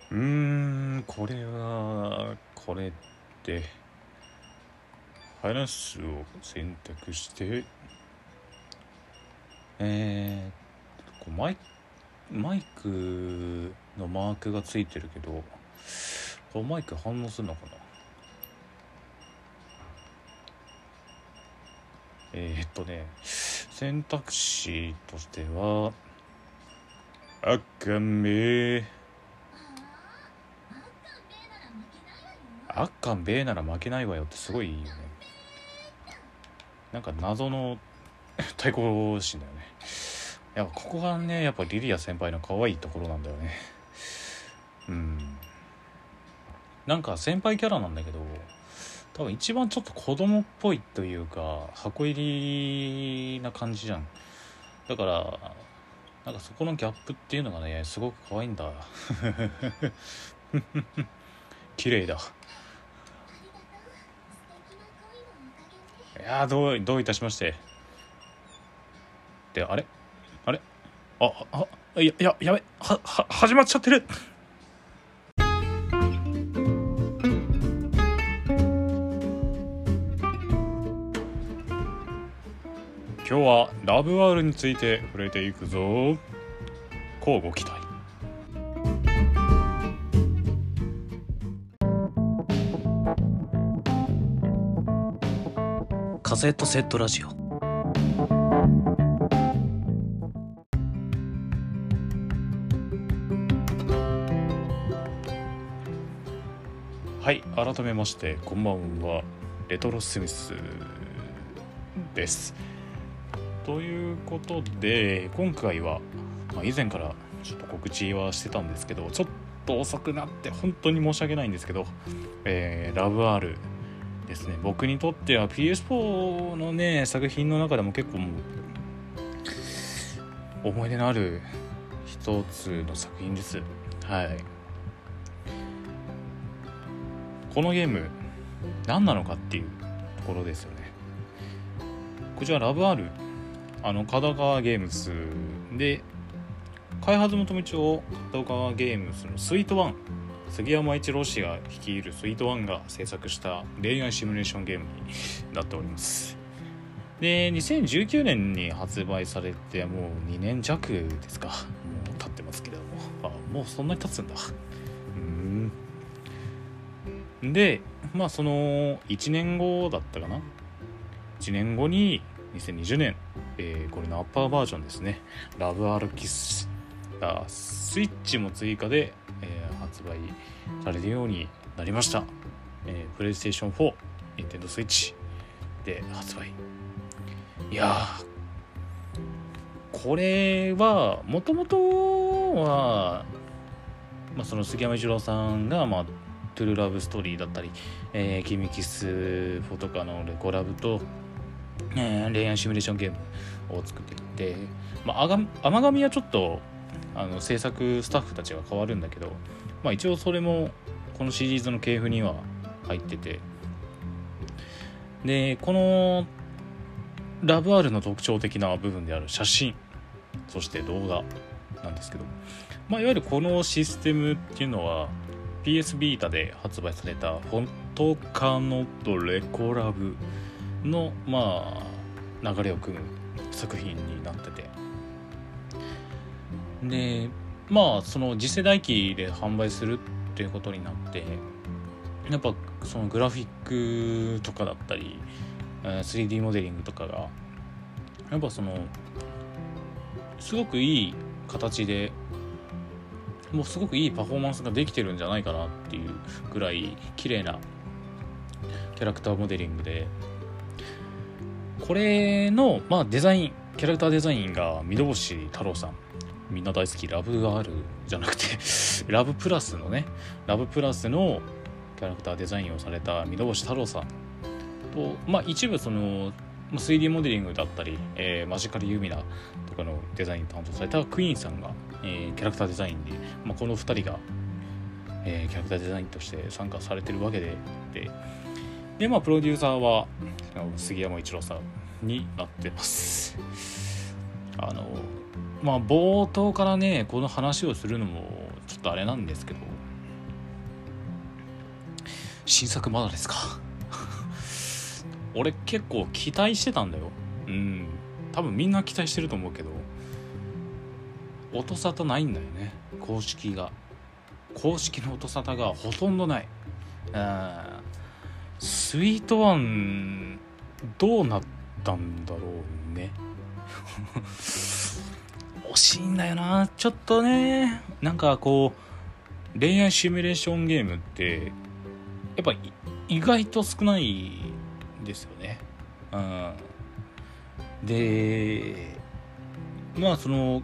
これはこれで話を選択してこうマイクのマークがついてるけど、このマイク反応するのかな。選択肢としては赤目なら負けないわよってすごいいいよね。なんか謎の対抗心だよね。やっぱここがね、やっぱリリア先輩の可愛いところなんだよね。なんか先輩キャラなんだけど、多分一番ちょっと子供っぽいというか箱入りな感じじゃん。だからなんかそこのギャップっていうのがね、すごく可愛いんだ。綺麗だ。いやどういたしまして。で、あれやべ、始まっちゃってる。今日はラブワールについて触れていくぞ。乞うご期待。 カセットセットラジオ。 はい、改めましてこんばんは、レトロスミスです。ということで今回は、以前からちょっと告知はしてたんですけど、ちょっと遅くなって本当に申し訳ないんですけど、ラブ R ですね。僕にとっては PS4 のね作品の中でも結構もう思い出のある一つの作品です。はい。このゲーム何なのかっていうところですよね。こちらラブ R、角川ゲームスで開発元も一応角川ゲームスのスイートワン、杉山一郎氏が率いるスイートワンが制作した恋愛シミュレーションゲームになっております。で、2019年に発売されてもう2年弱ですか。もう経ってますけれども、もうそんなに経つんだ。で、その1年後だったかな。1年後に2020年、これのアッパーバージョンですね、ラブ R キスがスイッチも追加で、発売されるようになりました。プレイステーション4、ニンテンドースイッチで発売。いやこれはもともとは、その杉山一郎さんが、トゥルーラブストーリーだったり、キミキス4とかのレコラブと、恋愛シミュレーションゲームを作っていて、甘神はちょっと制作スタッフたちが変わるんだけど、一応それもこのシリーズの系譜には入ってて、でこのラブ R の特徴的な部分である写真、そして動画なんですけど、いわゆるこのシステムっていうのは PS ビータで発売されたフォントカノとレコラブの流れを組む作品になってて、でその次世代機で販売するっていうことになって、やっぱそのグラフィックとかだったり 3D モデリングとかがやっぱそのすごくいい形で、もうすごくいいパフォーマンスができてるんじゃないかなっていうぐらい綺麗なキャラクターモデリングで、これのデザイン、キャラクターデザインが御堂星太郎さん、みんな大好きラブ R じゃなくてラブプラスのキャラクターデザインをされた御堂星太郎さんと、一部その 3D モデリングだったり、マジカルユミナとかのデザイン担当されたクイーンさんが、キャラクターデザインで、この2人が、キャラクターデザインとして参加されてるわけで、プロデューサーは杉山一郎さんになってます。冒頭からねこの話をするのもちょっとあれなんですけど、 新作まだですか俺結構期待してたんだよ。多分みんな期待してると思うけど、音沙汰ないんだよね。公式の音沙汰がほとんどない。スイートワンどうなったんだろうね惜しいんだよな、ちょっとね。なんかこう恋愛シミュレーションゲームってやっぱ意外と少ないですよね。でまあその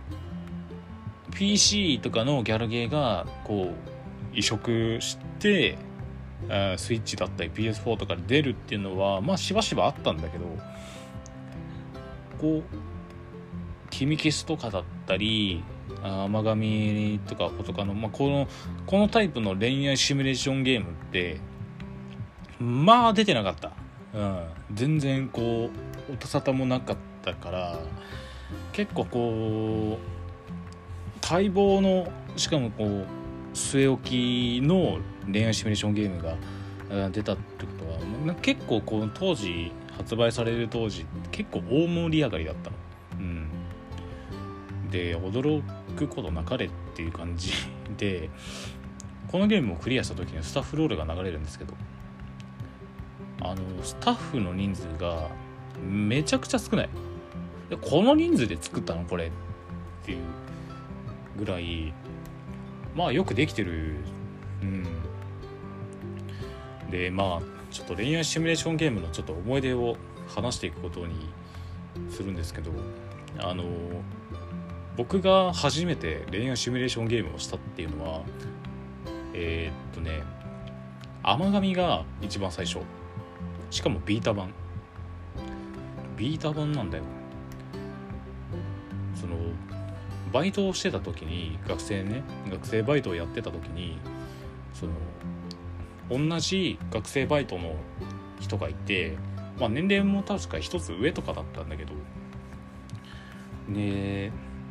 PC とかのギャラゲーがこう移植してスイッチだったり PS4 とかで出るっていうのはまあしばしばあったんだけど、こうキミキスとかだったり甘神とかとかの、このタイプの恋愛シミュレーションゲームってまあ出てなかった。全然こう音沙汰もなかったから、結構こう待望の、しかもこう据え置きの恋愛シミュレーションゲームが出たってことは結構この当時発売される当時結構大盛り上がりだったの。で驚くことなかれっていう感じで、このゲームをクリアした時にスタッフロールが流れるんですけど、スタッフの人数がめちゃくちゃ少ない。この人数で作ったのこれっていうぐらいまあよくできてる。でまあちょっと恋愛シミュレーションゲームのちょっと思い出を話していくことにするんですけど、僕が初めて恋愛シミュレーションゲームをしたっていうのは甘神が一番最初、しかもビータ版なんだよ。そのバイトをしてた時に学生バイトをやってた時にその同じ学生バイトの人がいて、年齢も確か一つ上とかだったんだけどね。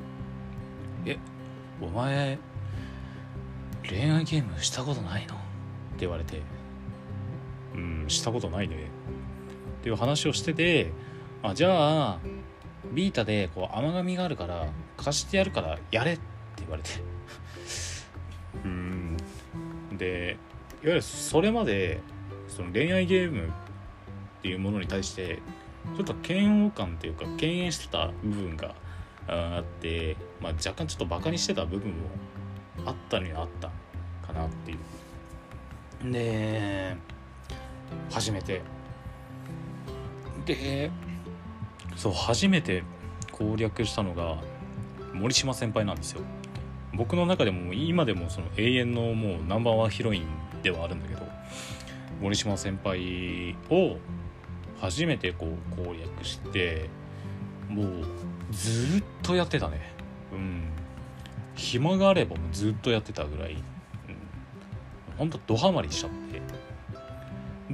お前恋愛ゲームしたことないのって言われて、したことないねっていう話をしてて、じゃあビータでこう甘神があるから貸してやるからやれって言われてでいわゆるそれまでその恋愛ゲームっていうものに対してちょっと嫌悪感というか敬遠してた部分があって、若干ちょっとバカにしてた部分もあったにはあったかなっていう。で初めて攻略したのが森島先輩なんですよ。僕の中でも今でもその永遠のもうナンバーワンヒロインではあるんだけど、森島先輩を初めてこう攻略してもうずっとやってたね。暇があればもうずっとやってたぐらい、ほんとドハマりしちゃって、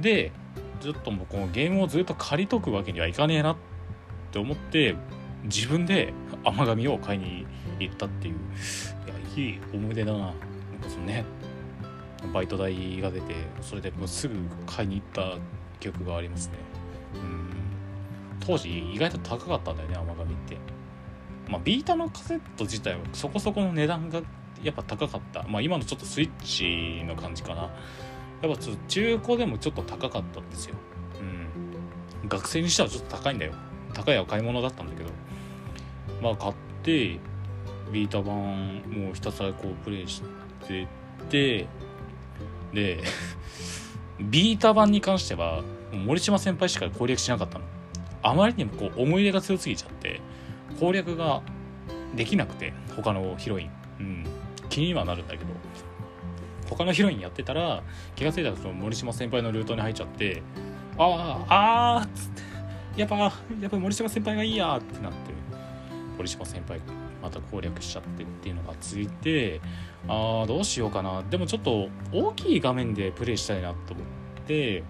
でずっともうこのゲームをずっと借りとくわけにはいかねえなって思って自分で甘神を買いに行ったっていう、いい思い出だな。なんかそのねバイト代が出てそれでもうすぐ買いに行った記憶がありますね。当時意外と高かったんだよね甘神って。ビータのカセット自体はそこそこの値段がやっぱ高かった。今のちょっとスイッチの感じかな。やっぱちょっと中古でもちょっと高かったんですよ。学生にしてはちょっと高いんだよ。高いお買い物だったんだけど、買ってビータ版もうひたすらこうプレイしてて、でビータ版に関しては森島先輩しか攻略しなかったの。あまりにもこう思い入れが強すぎちゃって攻略ができなくて、他のヒロイン、気にはなるんだけど他のヒロインやってたら気がついたらその森島先輩のルートに入っちゃって、っつってやっぱ森島先輩がいいやってなって森島先輩また攻略しちゃってっていうのが続いて、どうしようかな。でもちょっと大きい画面でプレイしたいなと思って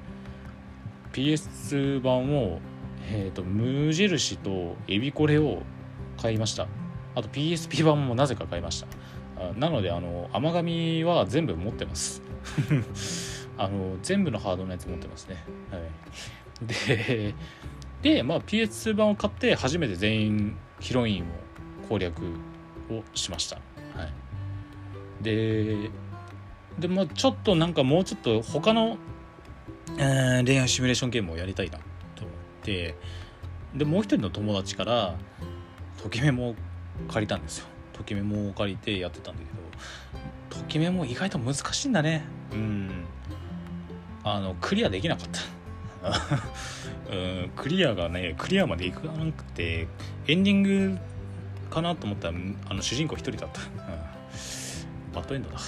PS 版を無印とエビコレを買いました。あと PSP 版もなぜか買いました。なので甘神は全部持ってます全部のハードのやつ持ってますね。はい、で、まあ、PS2 版を買って初めて全員ヒロインを攻略をしました。はい、でまあ、ちょっとなんかもうちょっと他の、恋愛シミュレーションゲームをやりたいなと思って、でもう一人の友達からときメモを借りたんですよ。ときメモを借りてやってたんだけど、ときメモ意外と難しいんだね。クリアできなかったクリアまでいかなくて、エンディングかなと思ったら主人公一人だった、バッドエンドだ。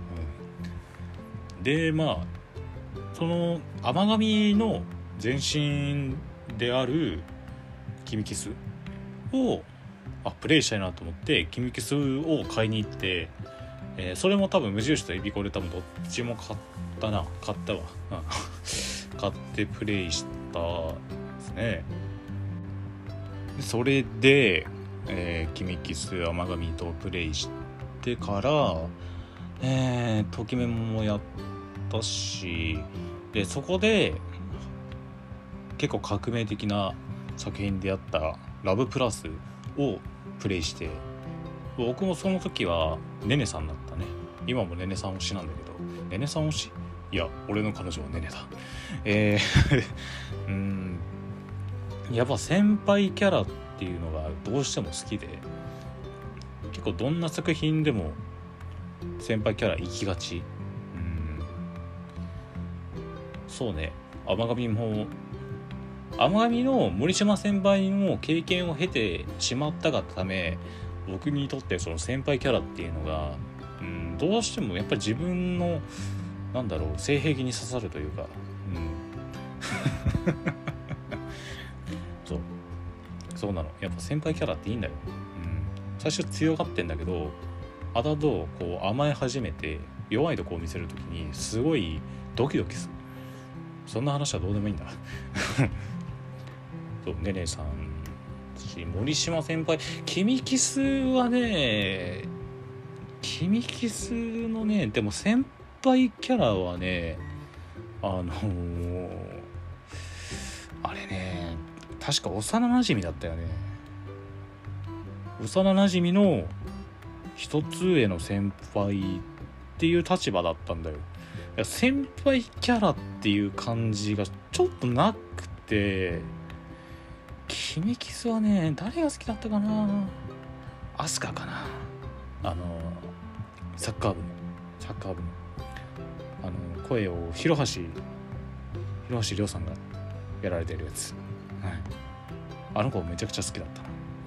でまあその甘神の前身であるキミキスをプレイしたいなと思ってキミキスを買いに行って、それも多分無印とエビコで多分どっちも買ったわ買ってプレイしたですね。それで、キミキス甘神とプレイしてから、ときメモもやったし、でそこで結構革命的な作品であったラブプラスをプレイして、僕もその時はネネさんだったね。今もネネさん推しなんだけど、ネネさん推し？いや俺の彼女はネネだ。やっぱ先輩キャラっていうのがどうしても好きで、結構どんな作品でも先輩キャラ行きがち。そうね、甘神の森島先輩の経験を経てしまったがため、僕にとってその先輩キャラっていうのが、どうしてもやっぱり自分の性癖に刺さるというか、そうなの。やっぱ先輩キャラっていいんだよ。最初強がってんだけど、後々こう甘え始めて弱いとこを見せるときにすごいドキドキする。そんな話はどうでもいいんだ。そう、ねねさんし森島先輩、キミキスはね、でも先輩キャラはね、あれね、確か幼馴染だったよね。幼馴染の一つ上の先輩っていう立場だったんだよ。先輩キャラっていう感じがちょっとなくて、キミキスはね、誰が好きだったかな。アスカかな。サッカー部の声を広橋亮さんがやられてるやつ、あの子めちゃくちゃ好きだった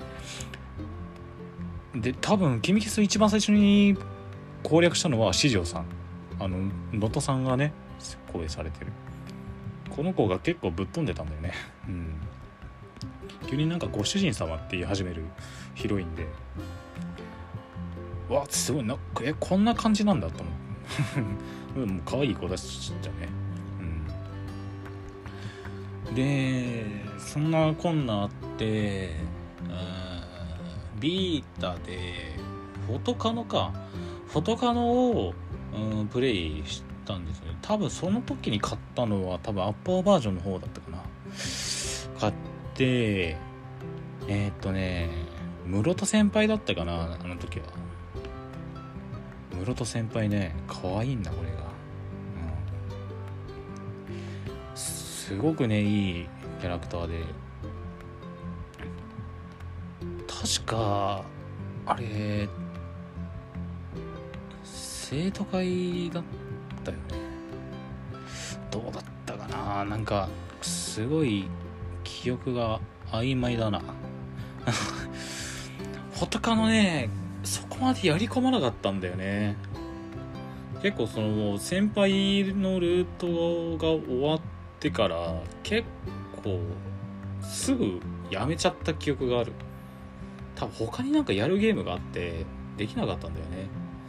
な。で多分キミキス一番最初に攻略したのは四条さん、能登さんがね声されてるこの子が結構ぶっ飛んでたんだよね。急にご主人様って言い始めるヒロインで、わすごいこんな感じなんだと思う。もう可愛い子だしじゃね。でそんなこんなあって、ビータでフォトカノを、プレイしたんですね。多分その時に買ったのは多分アッパーバージョンの方だったかな。買って室戸先輩だったかな。あの時は室戸先輩ね、可愛いんだこれが、すごくねいいキャラクターで、確かあれ生徒会だったよね。どうだったかな。すごい記憶が曖昧だな。フォトカのね、そこまでやり込まなかったんだよね。結構その先輩のルートが終わってから結構すぐやめちゃった記憶がある。多分他にやるゲームがあってできなかったんだよね。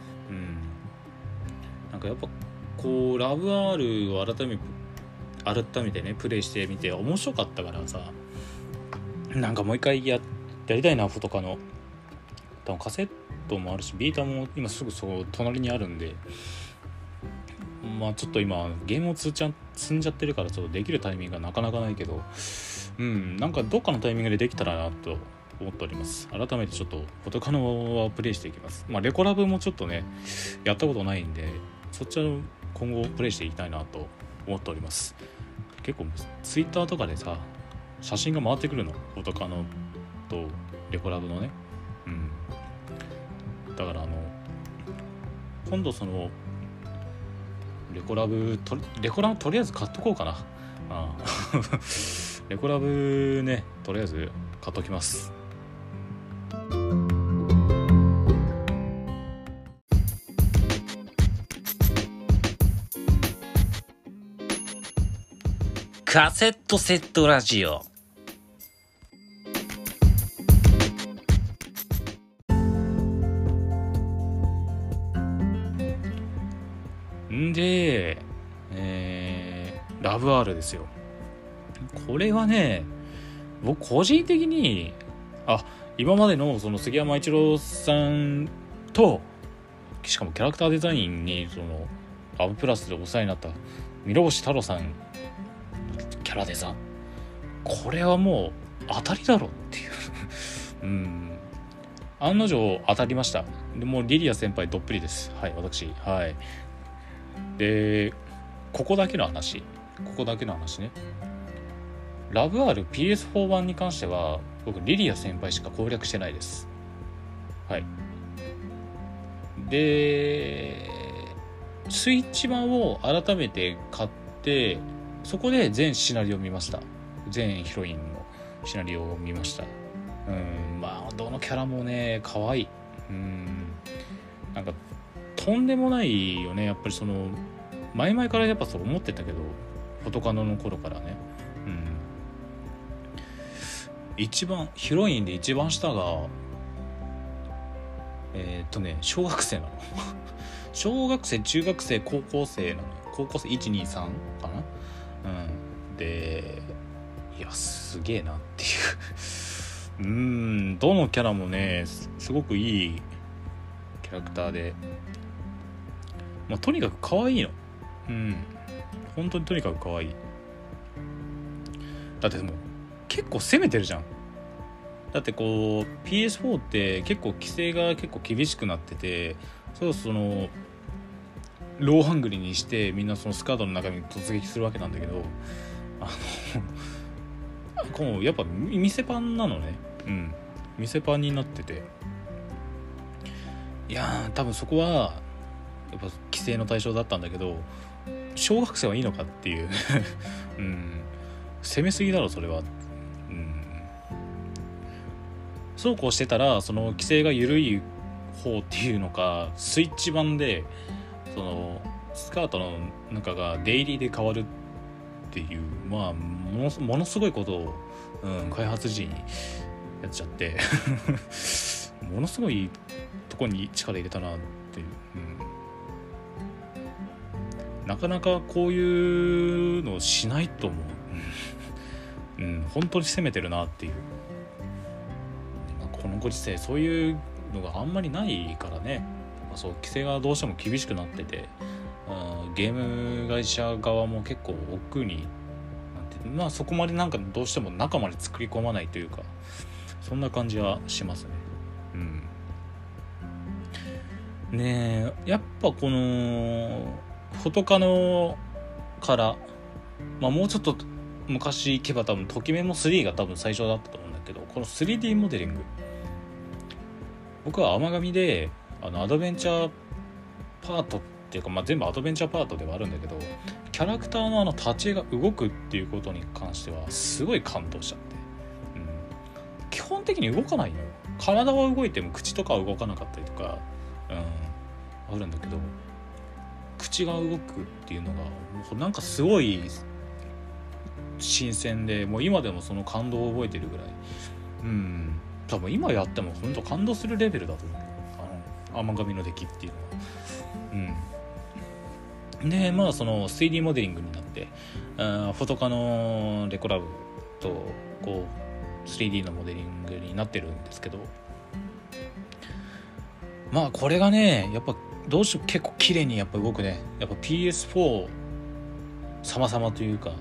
やっぱこうラブ R を改めてねプレイしてみて面白かったからさ、もう一回やりたいな。フォトカの多分カセットもあるしビータも今すぐそこ隣にあるんで、 まあちょっと今ゲームを積んじゃってるからちょっとできるタイミングがなかなかないけど、なんかどっかのタイミングでできたらなと思っております。改めてちょっとフォトカノはプレイしていきます。レコラブもちょっとねやったことないんで、そっちは今後プレイしていきたいなと思っております。結構ツイッターとかでさ写真が回ってくるの、フォトカノとレコラブのね。だから今度そのレコラブとりあえず買っとこうかな。レコラブね、とりあえず買っときます。 カセットセットラジオ。 で、ラブ R ですよ。これはね、僕個人的に今までのその杉山一郎さんと、しかもキャラクターデザインにそのアブプラスでお世話になった室伏太郎さんキャラデザ、これはもう当たりだろっていう案の定当たりました。でもうリリア先輩どっぷりです。私でここだけの話ね、ラブ R PS4 版に関しては僕リリア先輩しか攻略してないです。でスイッチ版を改めて買って、そこで全シナリオを見ました。全ヒロインのシナリオを見ました。どのキャラもね可愛い。なんかとんでもないよね。やっぱりその前々からやっぱそう思ってたけど、フォトカノの頃からね、一番ヒロインで一番下が小学生なの小学生、中学生、高校生なの。高校生 1,2,3 かな。でいやすげえなっていうどのキャラもねすごくいいキャラクターで、とにかく可愛いの。本当にとにかく可愛い。だってもう結構攻めてるじゃん。だってこう PS4 って結構規制が結構厳しくなってて、そのローハングリーにしてみんなそのスカートの中に突撃するわけなんだけど、こうやっぱ店パンなのね。店パンになってて、いや多分そこはやっぱ規制の対象だったんだけど、小学生はいいのかっていう攻めすぎだろそれは。そうこうしてたらその規制が緩い方っていうのか、スイッチ版でそのスカートの中がデイリーで変わるっていう、ものすごいことを、開発時にやっちゃってものすごいとこに力入れたなっていう、なかなかこういうのしないと思う本当に攻めてるなっていう。このご時世そういうのがあんまりないからね、そう規制がどうしても厳しくなってて、ゲーム会社側も結構億劫になって、そこまでなんかどうしても中まで作り込まないというか、そんな感じはしますね。ねえ、やっぱこのフォトカノから、もうちょっと昔行けば多分ときメモ3が多分最初だったと思うんだけど、この 3D モデリング、僕は甘神でアドベンチャーパートっていうか、全部アドベンチャーパートではあるんだけど、キャラクターの立ち絵が動くっていうことに関してはすごい感動しちゃって、基本的に動かないのよ。体は動いても口とかは動かなかったりとか、あるんだけど、口が動くっていうのがもうなんかすごい新鮮で、もう今でもその感動を覚えてるぐらい、多分今やっても本当感動するレベルだと思う。甘神の出来っていうのは。でその 3D モデリングになって、フォトカのレコラブとこう 3D のモデリングになってるんですけど、これがねやっぱどうしても結構綺麗にやっぱ動くね。やっぱ PS4 様々というか、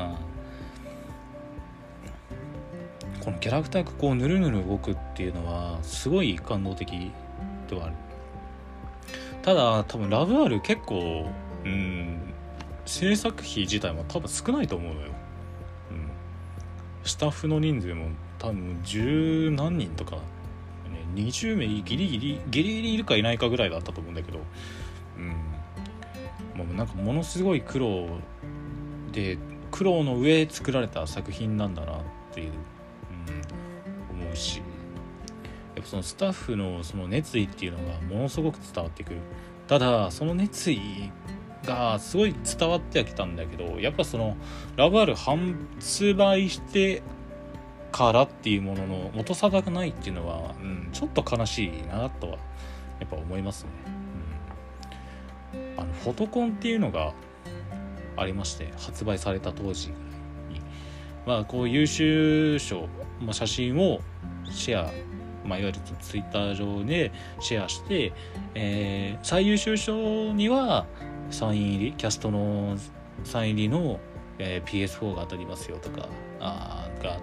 このキャラクターがこうぬるぬる動くっていうのはすごい感動的ではある。ただ多分ラブ R 結構制作費自体も多分少ないと思うのよ、スタッフの人数も多分10何人とか、ね、20名ギリギリいるかいないかぐらいだったと思うんだけど、もうなんかものすごい苦労の上作られた作品なんだなっていう、思うし、やっぱそのスタッフのその熱意っていうのがものすごく伝わってくる。ただその熱意がすごい伝わってはきたんだけど、やっぱそのラブ R 発売してからっていうものの元定がないっていうのは、ちょっと悲しいなとはやっぱ思いますね。フォトコンっていうのがありまして、発売された当時に、こう優秀賞、写真をシェア、いわゆるツイッター上でシェアして、最優秀賞にはサイン入り、キャストのサイン入りの、PS4 が当たりますよとかがあって、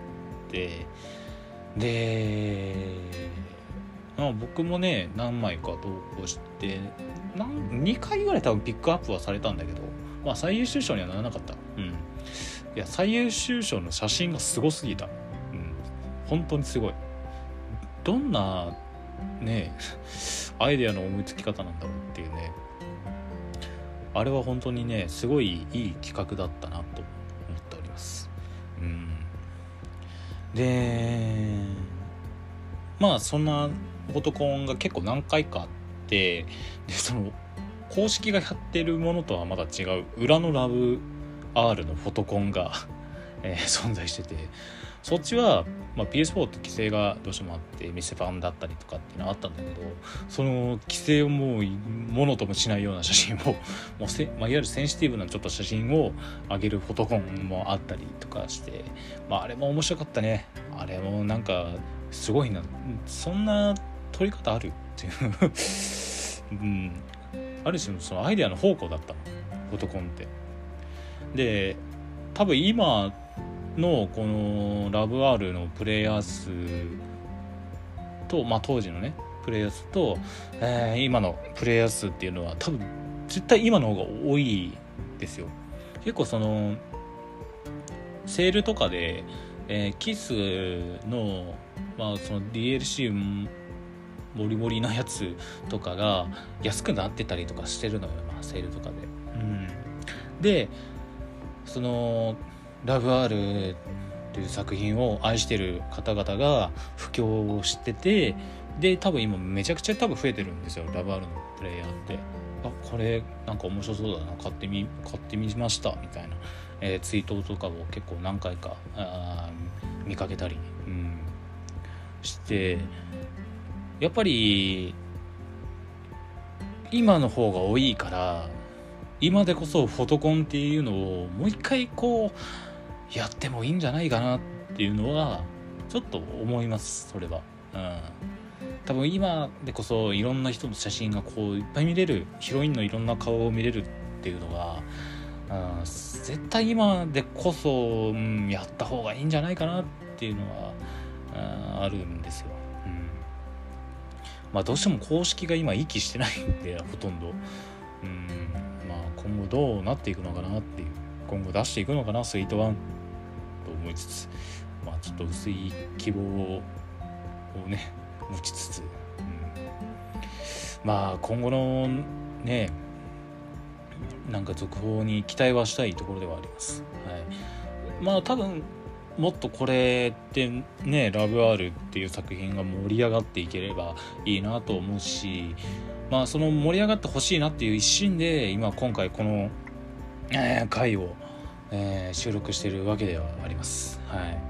で、僕もね何枚か投稿して2回ぐらい多分ピックアップはされたんだけど、最優秀賞にはならなかった。いや最優秀賞の写真がすごすぎた。本当にすごい。どんなねアイデアの思いつき方なんだろうっていうね、あれは本当にねすごいいい企画だったなと思っております。でそんなフォトコンが結構何回かあって、でその公式がやってるものとはまだ違う裏のラブ R のフォトコンが、存在してて、そっちは、PS4 って規制がどうしてもあって店版だったりとかっていうのはあったんだけど、その規制をものともしないような写真をいわゆるセンシティブなちょっと写真を上げるフォトコンもあったりとかして、あれも面白かったね。あれもなんかすごいな、そんな撮り方あるっていうある種のそのアイデアの宝庫だったのフォトコンって。で多分今のこのラブ R のプレイヤー数と、当時のねプレイヤー数と、今のプレイヤー数っていうのは多分絶対今の方が多いですよ。結構そのセールとかで、キスの、その DLC ボリボリなやつとかが安くなってたりとかしてるのよ、セールとかで。でそのラブ R という作品を愛してる方々が布教をしてて、で多分今めちゃくちゃ増えてるんですよ、ラブ R のプレイヤーって。これなんか面白そうだな、買ってみましたみたいな、ツイートとかを結構何回か見かけたり、して、やっぱり今の方が多いから、今でこそフォトコンっていうのをもう一回こうやってもいいんじゃないかなっていうのはちょっと思います。それは、多分今でこそいろんな人の写真がこういっぱい見れる、ヒロインのいろんな顔を見れるっていうのが、絶対今でこそ、やった方がいいんじゃないかなっていうのはあるんですよ。どうしても公式が今息してないんで、ほとんど今後どうなっていくのかなっていう、今後出していくのかなスイートワンと思いつつ、ちょっと薄い希望をね持ちつつ、今後のねなんか続報に期待はしたいところではあります。多分もっとこれってねラブ R っていう作品が盛り上がっていければいいなと思うし、その盛り上がってほしいなっていう一心で今回この、回を、収録しているわけではあります。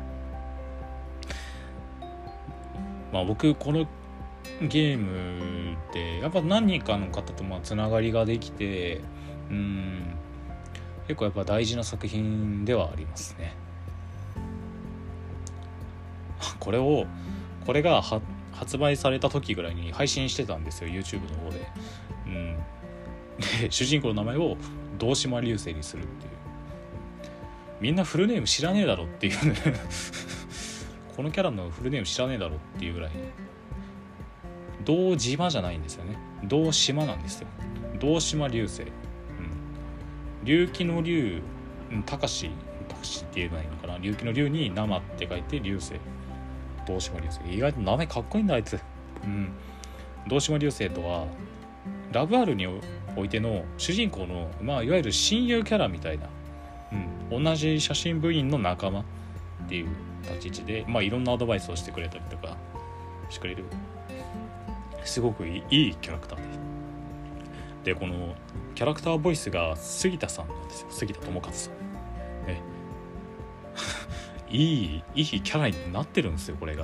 僕このゲームでやっぱ何人かの方とつながりができて、結構やっぱ大事な作品ではありますね。これが発売された時ぐらいに配信してたんですよ YouTube の方で、で主人公の名前を堂島流星にするっていう、みんなフルネーム知らねえだろっていうねこのキャラのフルネーム知らねえだろっていうぐらい、堂島じゃないんですよね、堂島なんですよ。堂島流星、龍気の龍、高しって言えばいいのかな、龍気の龍に生って書いて流星、堂島流星、意外と名前かっこいいんだあいつ。堂島流星とはラブ R においての主人公の、いわゆる親友キャラみたいな、同じ写真部員の仲間っていう立ち位置で、いろんなアドバイスをしてくれたりとかしてくれる、すごくいいキャラクターで、このキャラクターボイスが杉田さんなんですよ、杉田智和さんねいいキャラになってるんですよこれが。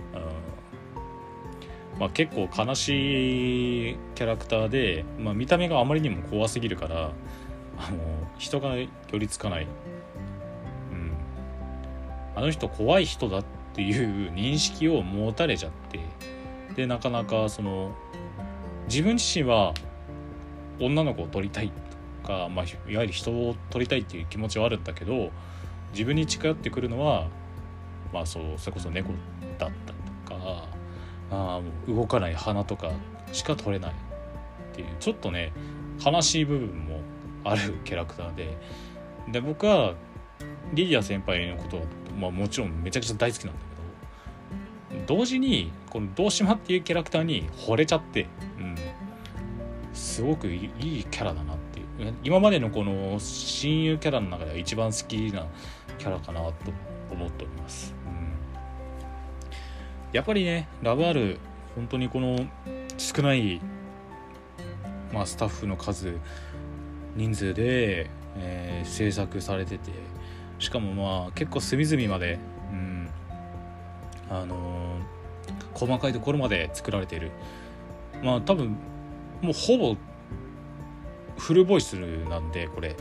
結構悲しいキャラクターで、見た目があまりにも怖すぎるから人が寄りつかない、あの人怖い人だっていう認識を持たれちゃって、でなかなかその自分自身は女の子を取りたいとか、いわゆる人を取りたいっていう気持ちはあるんだけど、自分に近寄ってくるのはそれこそ猫だったりとか、動かない花とかしか取れないっていう、ちょっとね悲しい部分もあるキャラクターで、僕はリディア先輩のことは、もちろんめちゃくちゃ大好きなんだけど、同時にこの堂島っていうキャラクターに惚れちゃって、すごくいいキャラだなっていう、今までのこの親友キャラの中では一番好きなキャラかなと思っております。やっぱりねラブ R 本当にこの少ない、スタッフの人数で、制作されてて、しかも結構隅々まで、細かいところまで作られている、多分もうほぼフルボイスなんでこれ、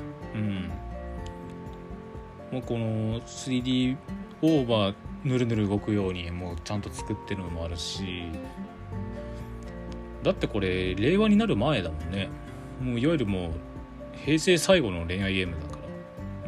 もうこの 3D をぬるぬる動くようにもうちゃんと作ってるのもあるし、だってこれ令和になる前だもんね。もういわゆるもう平成最後の恋愛ゲームだから、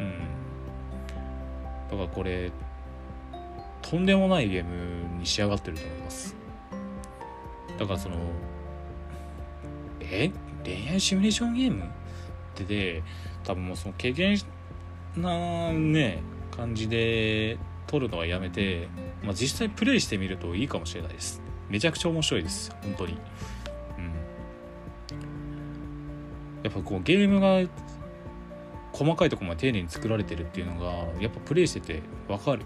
だからこれとんでもないゲームに仕上がってると思います。だからその恋愛シミュレーションゲームってで多分もうその軽減なね感じで撮るのはやめて、実際プレイしてみるといいかもしれないです。めちゃくちゃ面白いです本当に。やっぱこうゲームが細かいところまで丁寧に作られてるっていうのがやっぱプレイしてて分かる。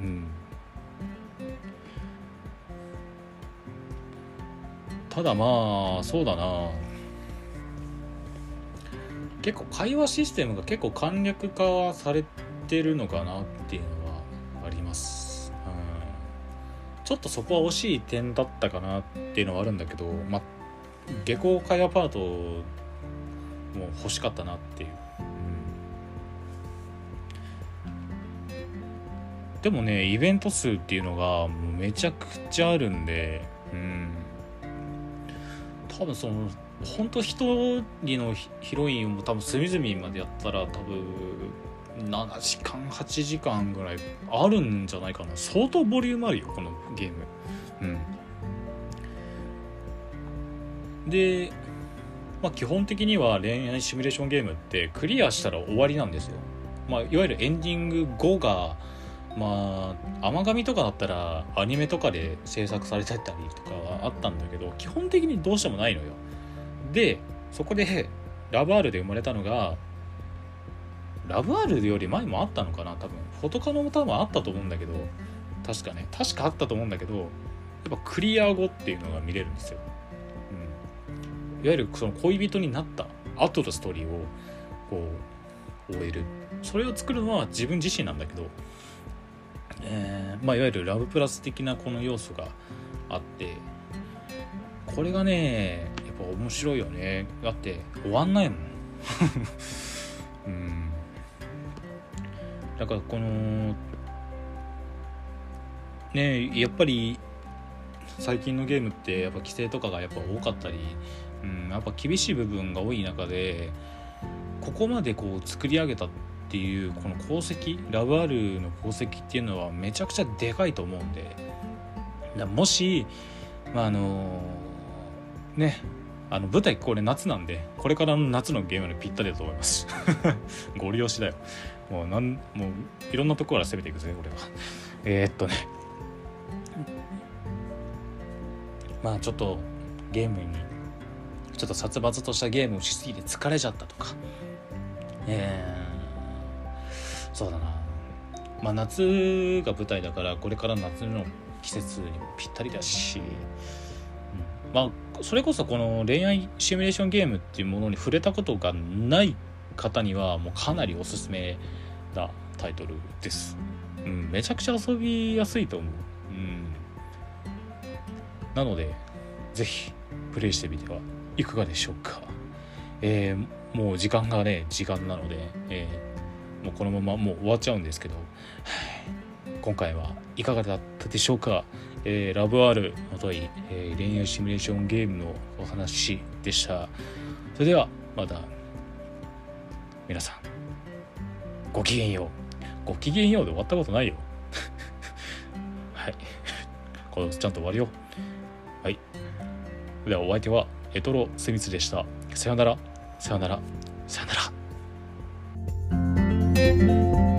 ただそうだな、結構会話システムが結構簡略化されてるのかなっていうのはあります。ちょっとそこは惜しい点だったかなっていうのはあるんだけど、下校会話パートも欲しかったなっていう、でもねイベント数っていうのがもうめちゃくちゃあるんで、多分その本当一人のヒロインも多分隅々までやったら多分7時間8時間ぐらいあるんじゃないかな。相当ボリュームあるよこのゲーム。で基本的には恋愛シミュレーションゲームってクリアしたら終わりなんですよ。いわゆるエンディング後が甘神とかだったらアニメとかで制作されてたりとかはあったんだけど、基本的にどうしてもないのよ。でそこでラブ R で生まれたのが、ラブ R より前もあったのかな、多分フォトカノも多分あったと思うんだけど、確かあったと思うんだけど、やっぱクリア後っていうのが見れるんですよ。いわゆるその恋人になった後のストーリーをこう終える、それを作るのは自分自身なんだけど、いわゆるラブプラス的なこの要素があって、これがねやっぱ面白いよね。だって終わんないもんだからこのねやっぱり最近のゲームってやっぱ規制とかがやっぱ多かったり、やっぱ厳しい部分が多い中でここまでこう作り上げたっていうこの功績、ラブ R の功績っていうのはめちゃくちゃでかいと思うんで、もし舞台これ夏なんで、これからの夏のゲームにぴったりだと思いますゴリ押しだよ。もういろんなところから攻めていくぜ俺は。ちょっとゲームにちょっと殺伐としたゲームをしすぎて疲れちゃったとか、そうだな、夏が舞台だからこれから夏の季節にもぴったりだし、それこそこの恋愛シミュレーションゲームっていうものに触れたことがない方にはもうかなりおすすめなタイトルです。めちゃくちゃ遊びやすいと思う。なのでぜひプレイしてみてはいかがでしょうか。もう時間なので、もうこのままもう終わっちゃうんですけど、今回はいかがだったでしょうか。ラブ R のとい、恋愛シミュレーションゲームのお話でした。それではまた皆さんごきげんよう。ごきげんようで終わったことないよはい、これちゃんと終わるよ。はい、ではお相手はエトロセミツでした。さよならさよならさよなら。